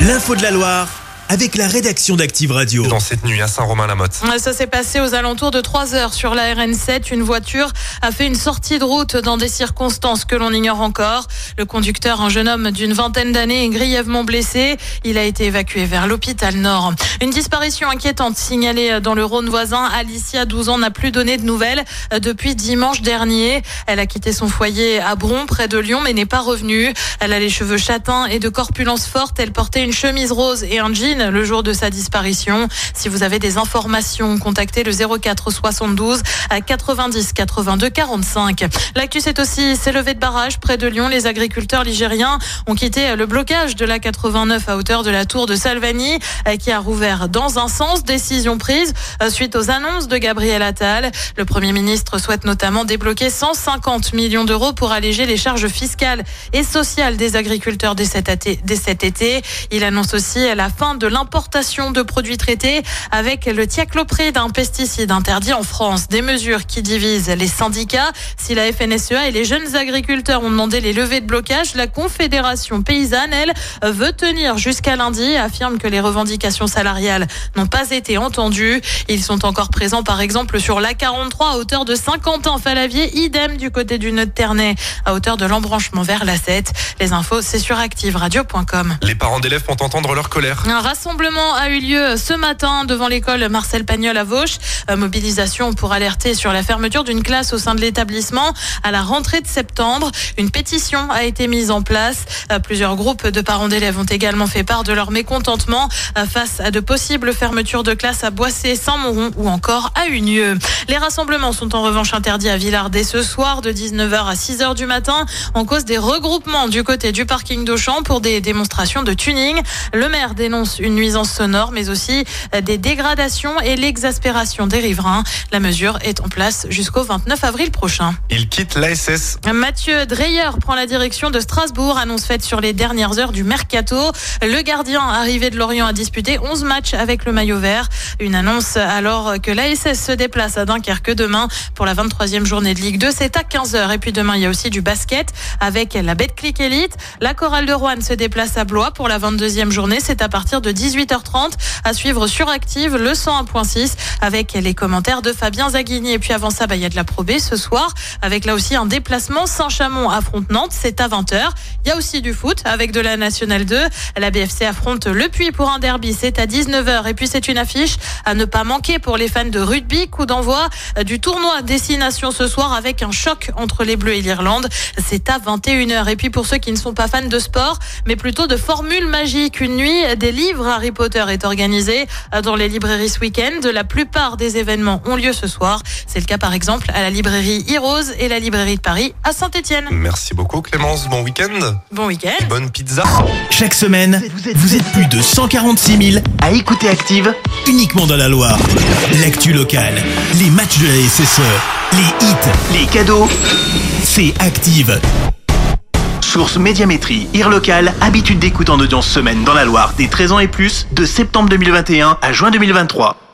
L'info de la Loire avec la rédaction d'Active Radio. Dans cette nuit à Saint-Romain-la-Motte. Ça s'est passé aux alentours de 3h sur la RN7. Une voiture a fait une sortie de route dans des circonstances que l'on ignore encore. Le conducteur, un jeune homme d'une vingtaine d'années, est grièvement blessé. Il a été évacué vers l'hôpital Nord. Une disparition inquiétante signalée dans le Rhône voisin. Alicia, 12 ans, n'a plus donné de nouvelles depuis dimanche dernier. Elle a quitté son foyer à Bron, près de Lyon, mais n'est pas revenue. Elle a les cheveux châtains et de corpulence forte. Elle portait une chemise rose et un jean le jour de sa disparition. Si vous avez des informations, contactez le 04 72 90 82 45. L'actu, c'est levé de barrage près de Lyon. Les agriculteurs ligériens ont quitté le blocage de la 89 à hauteur de la tour de Salvani, qui a rouvert dans un sens. Décision prise suite aux annonces de Gabriel Attal. Le Premier ministre souhaite notamment débloquer 150 millions d'euros pour alléger les charges fiscales et sociales des agriculteurs dès cet été. Il annonce aussi la fin de l'importation de produits traités avec le thiaclopride, un pesticide interdit en France. Des mesures qui divisent les syndicats. Si la FNSEA et les jeunes agriculteurs ont demandé les levées de blocage, la Confédération paysanne, elle, veut tenir jusqu'à lundi, affirme que les revendications salariales n'ont pas été entendues. Ils sont encore présents, par exemple, sur l'A43 à hauteur de Saint-Quentin-Falavier, idem du côté du nœud de Ternay à hauteur de l'embranchement vers l'A7. Les infos, c'est sur activeradio.com. Les parents d'élèves font entendre leur colère. Un rassemblement a eu lieu ce matin devant l'école Marcel Pagnol à Vauche. Mobilisation pour alerter sur la fermeture d'une classe au sein de l'établissement à la rentrée de septembre. Une pétition a été mise en place. Plusieurs groupes de parents d'élèves ont également fait part de leur mécontentement face à de possibles fermetures de classes à Boissé, Saint-Monron ou encore à Unieux. Les rassemblements sont en revanche interdits à Villars dès ce soir de 19h à 6h du matin en cause des regroupements du côté du parking d'Auchan pour des démonstrations de tuning. Le maire dénonce une nuisance sonore mais aussi des dégradations et l'exaspération des riverains. La mesure est en place jusqu'au 29 avril prochain. Il quitte l'ASS. Mathieu Dreyer prend la direction de Strasbourg, annonce faite sur les dernières heures du mercato. Le gardien arrivé de Lorient a disputé 11 matchs avec le maillot vert. Une annonce alors que l'ASS se déplace à Dunkerque demain pour la 23e journée de Ligue 2. C'est à 15h. Et puis demain, il y a aussi du basket avec la Betclic Elite. La Chorale de Roanne se déplace à Blois pour la 22e journée. C'est à partir de 18h30 à suivre sur Active le 101.6 avec les commentaires de Fabien Zaghini. Et puis avant ça, il y a de la Pro B ce soir avec là aussi un déplacement. Saint-Chamond affronte Nantes, c'est à 20h. Il y a aussi du foot avec de la Nationale 2. La BFC affronte Le Puy pour un derby, c'est à 19h. Et puis c'est une affiche à ne pas manquer pour les fans de rugby. Coup d'envoi du tournoi Destination ce soir avec un choc entre les Bleus et l'Irlande. C'est à 21h. Et puis pour ceux qui ne sont pas fans de sport, mais plutôt de formules magiques, une nuit des livres Harry Potter est organisée dans les librairies ce week-end. La plupart des événements ont lieu ce soir. C'est le cas par exemple à la librairie Heroes et la librairie de Paris à Saint-Étienne. Merci beaucoup Clémence, bon week-end. Bon week-end. Et bonne pizza. Chaque semaine, vous êtes plus de 146 000 à écouter Active uniquement dans la Loire. L'actu locale, les matchs de la SSE, les hits, les cadeaux. C'est Active. Source Médiamétrie, IR local, habitude d'écoute en audience semaine dans la Loire des 13 ans et plus, de septembre 2021 à juin 2023.